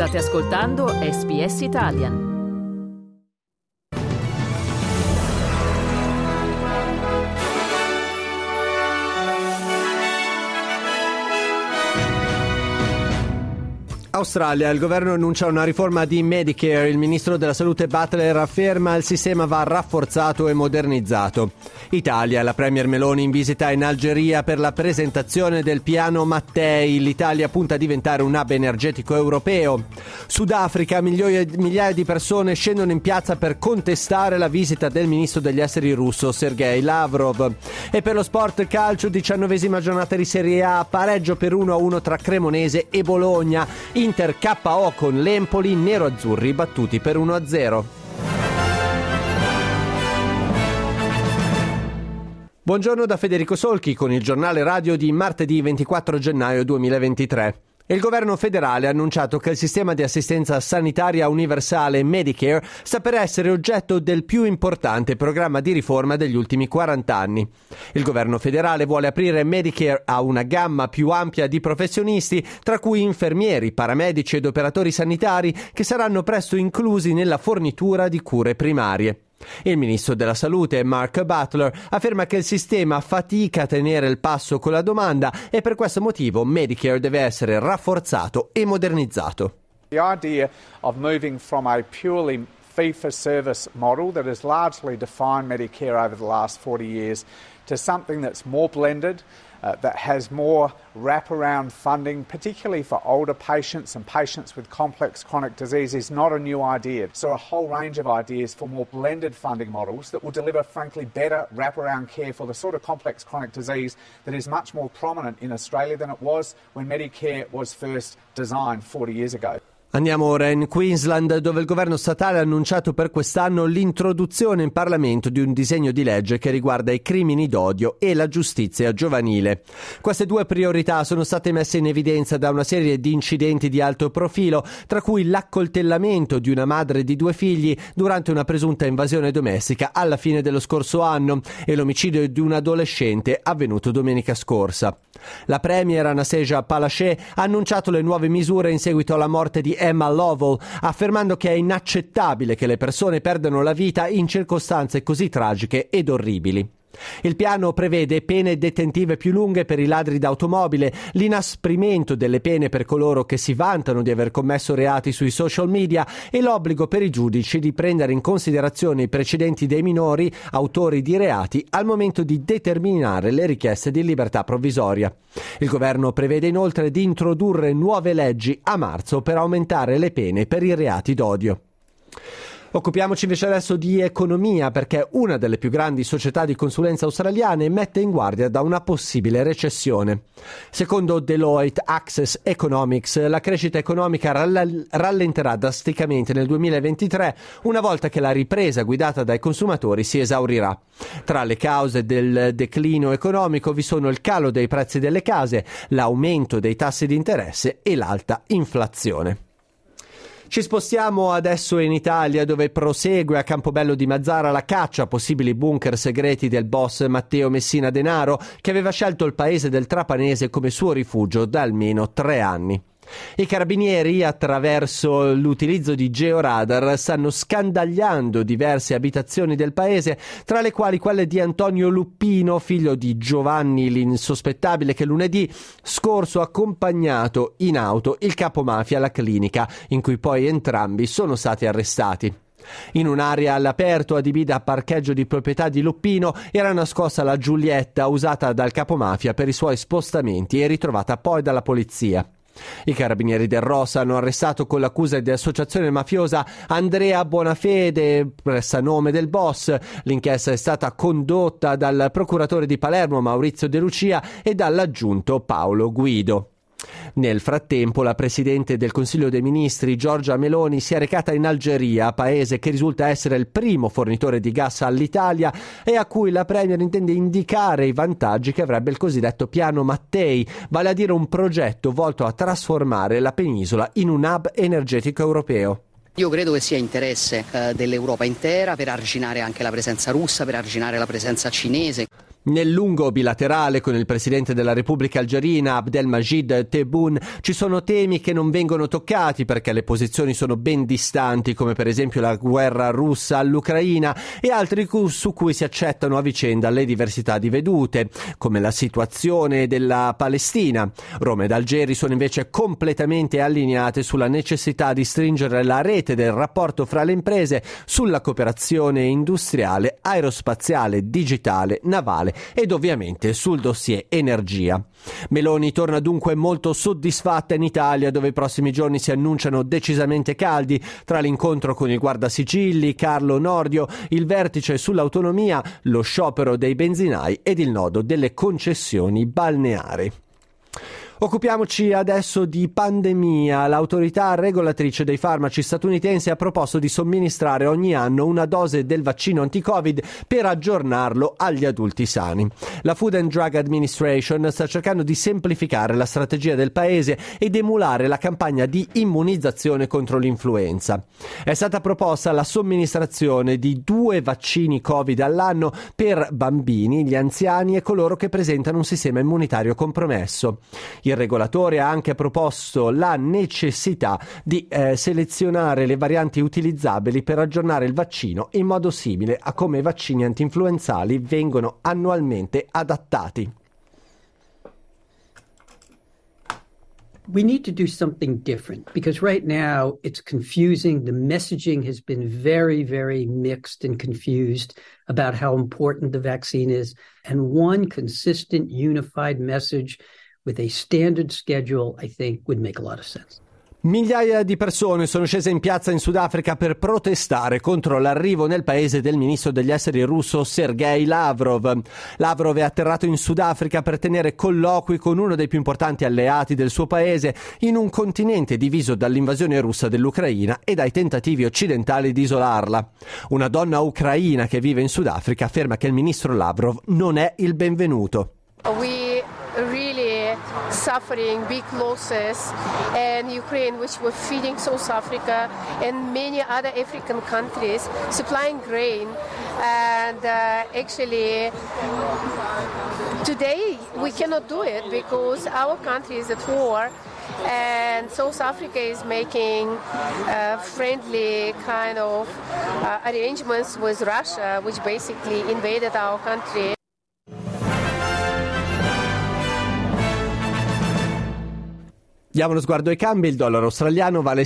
State ascoltando SBS Italian. Australia, il governo annuncia una riforma di Medicare. Il ministro della salute Butler afferma il sistema va rafforzato e modernizzato. Italia, la premier Meloni in visita in Algeria per la presentazione del piano Mattei. L'Italia punta a diventare un hub energetico europeo. Sudafrica, migliaia di persone scendono in piazza per contestare la visita del ministro degli esteri russo Sergei Lavrov. E per lo sport calcio, 19ª giornata di Serie A, pareggio per 1-1 tra Cremonese e Bologna. Inter KO con l'Empoli, nero-azzurri battuti per 1-0. Buongiorno da Federico Solchi con il giornale radio di martedì 24 gennaio 2023. Il governo federale ha annunciato che il sistema di assistenza sanitaria universale Medicare sta per essere oggetto del più importante programma di riforma degli ultimi 40 anni. Il governo federale vuole aprire Medicare a una gamma più ampia di professionisti, tra cui infermieri, paramedici ed operatori sanitari, che saranno presto inclusi nella fornitura di cure primarie. Il ministro della salute, Mark Butler, afferma che il sistema fatica a tenere il passo con la domanda e per questo motivo Medicare deve essere rafforzato e modernizzato. The idea of moving from a purely fee-for-service model that has largely defined Medicare over the last 40 years to something that's more blended, that has more wraparound funding, particularly for older patients and patients with complex chronic disease, is not a new idea. So a whole range of ideas for more blended funding models that will deliver, frankly, better wraparound care for the sort of complex chronic disease that is much more prominent in Australia than it was when Medicare was first designed 40 years ago. Andiamo ora in Queensland, dove il governo statale ha annunciato per quest'anno l'introduzione in Parlamento di un disegno di legge che riguarda i crimini d'odio e la giustizia giovanile. Queste due priorità sono state messe in evidenza da una serie di incidenti di alto profilo, tra cui l'accoltellamento di una madre di 2 figli durante una presunta invasione domestica alla fine dello scorso anno e l'omicidio di un adolescente avvenuto domenica scorsa. La premier Anastasia Palaszczuk ha annunciato le nuove misure in seguito alla morte di Emma Lovell, affermando che è inaccettabile che le persone perdano la vita in circostanze così tragiche ed orribili. Il piano prevede pene detentive più lunghe per i ladri d'automobile, l'inasprimento delle pene per coloro che si vantano di aver commesso reati sui social media e l'obbligo per i giudici di prendere in considerazione i precedenti dei minori autori di reati al momento di determinare le richieste di libertà provvisoria. Il governo prevede inoltre di introdurre nuove leggi a marzo per aumentare le pene per i reati d'odio. Occupiamoci invece adesso di economia, perché una delle più grandi società di consulenza australiane mette in guardia da una possibile recessione. Secondo Deloitte Access Economics, la crescita economica rallenterà drasticamente nel 2023, una volta che la ripresa guidata dai consumatori si esaurirà. Tra le cause del declino economico vi sono il calo dei prezzi delle case, l'aumento dei tassi di interesse e l'alta inflazione. Ci spostiamo adesso in Italia, dove prosegue a Campobello di Mazara la caccia a possibili bunker segreti del boss Matteo Messina Denaro, che aveva scelto il paese del Trapanese come suo rifugio da almeno 3 anni. I carabinieri, attraverso l'utilizzo di georadar, stanno scandagliando diverse abitazioni del paese, tra le quali quelle di Antonio Luppino, figlio di Giovanni l'insospettabile, che lunedì scorso ha accompagnato in auto il capomafia alla clinica, in cui poi entrambi sono stati arrestati. In un'area all'aperto adibita a parcheggio di proprietà di Luppino era nascosta la Giulietta usata dal capomafia per i suoi spostamenti e ritrovata poi dalla polizia. I carabinieri del Ross hanno arrestato con l'accusa di associazione mafiosa Andrea Bonafede, prestanome del boss. L'inchiesta è stata condotta dal procuratore di Palermo Maurizio De Lucia e dall'aggiunto Paolo Guido. Nel frattempo la Presidente del Consiglio dei Ministri Giorgia Meloni si è recata in Algeria, paese che risulta essere il primo fornitore di gas all'Italia e a cui la Premier intende indicare i vantaggi che avrebbe il cosiddetto piano Mattei, vale a dire un progetto volto a trasformare la penisola in un hub energetico europeo. Io credo che sia interesse dell'Europa intera per arginare anche la presenza russa, per arginare la presenza cinese. Nel lungo bilaterale con il presidente della Repubblica Algerina Abdelmajid Tebboune ci sono temi che non vengono toccati perché le posizioni sono ben distanti, come per esempio la guerra russa all'Ucraina, e altri su cui si accettano a vicenda le diversità di vedute, come la situazione della Palestina. Roma ed Algeri sono invece completamente allineate sulla necessità di stringere la rete del rapporto fra le imprese, sulla cooperazione industriale, aerospaziale, digitale, navale ed ovviamente sul dossier energia. Meloni torna dunque molto soddisfatta in Italia, dove i prossimi giorni si annunciano decisamente caldi, tra l'incontro con il guardasigilli Carlo Nordio, il vertice sull'autonomia, lo sciopero dei benzinai ed il nodo delle concessioni balneari. Occupiamoci adesso di pandemia. L'autorità regolatrice dei farmaci statunitense ha proposto di somministrare ogni anno una dose del vaccino anti-Covid per aggiornarlo agli adulti sani. La Food and Drug Administration sta cercando di semplificare la strategia del paese ed emulare la campagna di immunizzazione contro l'influenza. È stata proposta la somministrazione di 2 vaccini Covid all'anno per bambini, gli anziani e coloro che presentano un sistema immunitario compromesso. Il regolatore ha anche proposto la necessità di selezionare le varianti utilizzabili per aggiornare il vaccino in modo simile a come i vaccini antinfluenzali vengono annualmente adattati. We need to do something different because right now it's confusing. The messaging has been very, very mixed and confused about how important the vaccine is. And one consistent, unified message with a standard schedule, I think, would make a lot of sense. Migliaia di persone sono scese in piazza in Sudafrica per protestare contro l'arrivo nel paese del ministro degli esteri russo Sergei Lavrov. Lavrov è atterrato in Sudafrica per tenere colloqui con uno dei più importanti alleati del suo paese in un continente diviso dall'invasione russa dell'Ucraina e dai tentativi occidentali di isolarla. Una donna ucraina che vive in Sudafrica afferma che il ministro Lavrov non è il benvenuto. We really suffering big losses, and Ukraine, which were feeding South Africa and many other African countries, supplying grain, and actually today we cannot do it because our country is at war. And South Africa is making friendly kind of arrangements with Russia, which basically invaded our country. Diamo uno sguardo ai cambi. Il dollaro australiano vale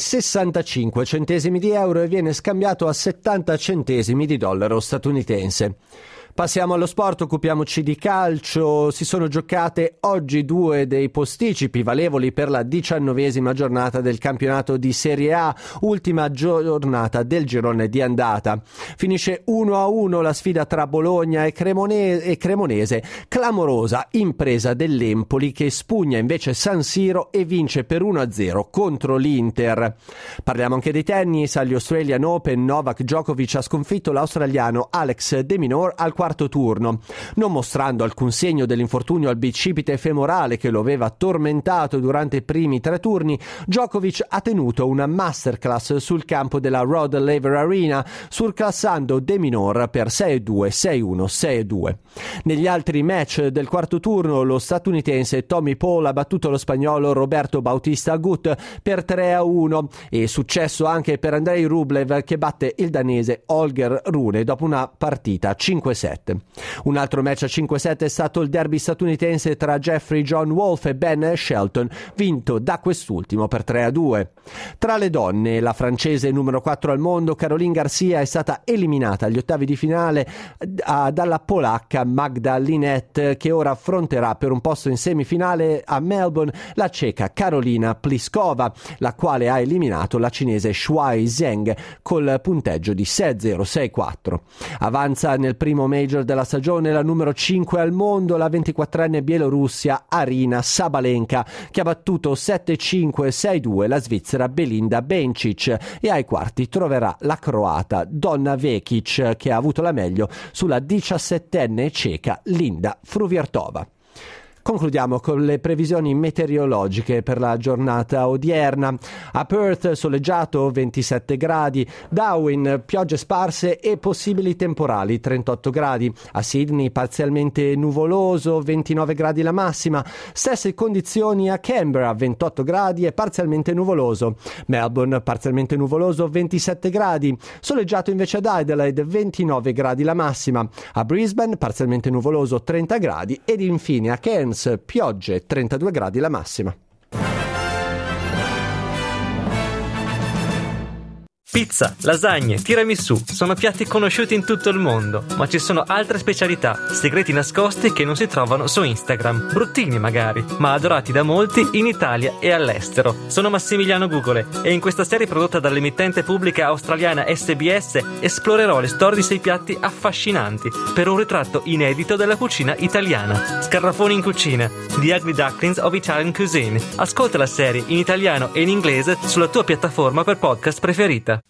65 centesimi di euro e viene scambiato a 70 centesimi di dollaro statunitense. Passiamo allo sport, occupiamoci di calcio. Si sono giocate oggi 2 dei posticipi valevoli per la 19ª giornata del campionato di Serie A, ultima giornata del girone di andata. Finisce 1-1 la sfida tra Bologna e Cremonese, clamorosa impresa dell'Empoli che spugna invece San Siro e vince per 1-0 contro l'Inter. Parliamo anche dei tennis. Agli Australian Open Novak Djokovic ha sconfitto l'australiano Alex de Minaur al quarto turno. Non mostrando alcun segno dell'infortunio al bicipite femorale che lo aveva tormentato durante i primi 3 turni, Djokovic ha tenuto una masterclass sul campo della Rod Laver Arena, surclassando de Minaur per 6-2, 6-1, 6-2. Negli altri match del quarto turno, lo statunitense Tommy Paul ha battuto lo spagnolo Roberto Bautista Agut per 3-1 e successo anche per Andrei Rublev che batte il danese Holger Rune dopo una partita 5-7. Un altro match a 5-7 è stato il derby statunitense tra Jeffrey John Wolf e Ben Shelton, vinto da quest'ultimo per 3-2. Tra le donne, la francese numero 4 al mondo Caroline Garcia è stata eliminata agli ottavi di finale dalla polacca Magda Linette, che ora affronterà per un posto in semifinale a Melbourne la ceca Karolina Pliskova, la quale ha eliminato la cinese Shuai Zheng col punteggio di 6-0, 6-4. Avanza nel primo major della stagione la numero 5 al mondo, la 24enne bielorussia Arina Sabalenka, che ha battuto 7-5, 6-2 la svizzera Belinda Bencic, e ai quarti troverà la croata Donna Vekic, che ha avuto la meglio sulla 17enne ceca Linda Fruvirtova. Concludiamo con le previsioni meteorologiche per la giornata odierna. A Perth soleggiato 27 gradi, Darwin piogge sparse e possibili temporali 38 gradi, a Sydney parzialmente nuvoloso 29 gradi la massima, stesse condizioni a Canberra 28 gradi e parzialmente nuvoloso, Melbourne parzialmente nuvoloso 27 gradi, soleggiato invece ad Adelaide 29 gradi la massima, a Brisbane parzialmente nuvoloso 30 gradi ed infine a Cairns piogge 32 gradi la massima. Pizza, lasagne, tiramisù sono piatti conosciuti in tutto il mondo, ma ci sono altre specialità, segreti nascosti che non si trovano su Instagram, bruttini magari, ma adorati da molti in Italia e all'estero. Sono Massimiliano Gugole e in questa serie prodotta dall'emittente pubblica australiana SBS esplorerò le storie di 6 piatti affascinanti per un ritratto inedito della cucina italiana. Scarafoni in cucina, The Ugly Ducklings of Italian Cuisine. Ascolta la serie in italiano e in inglese sulla tua piattaforma per podcast preferita.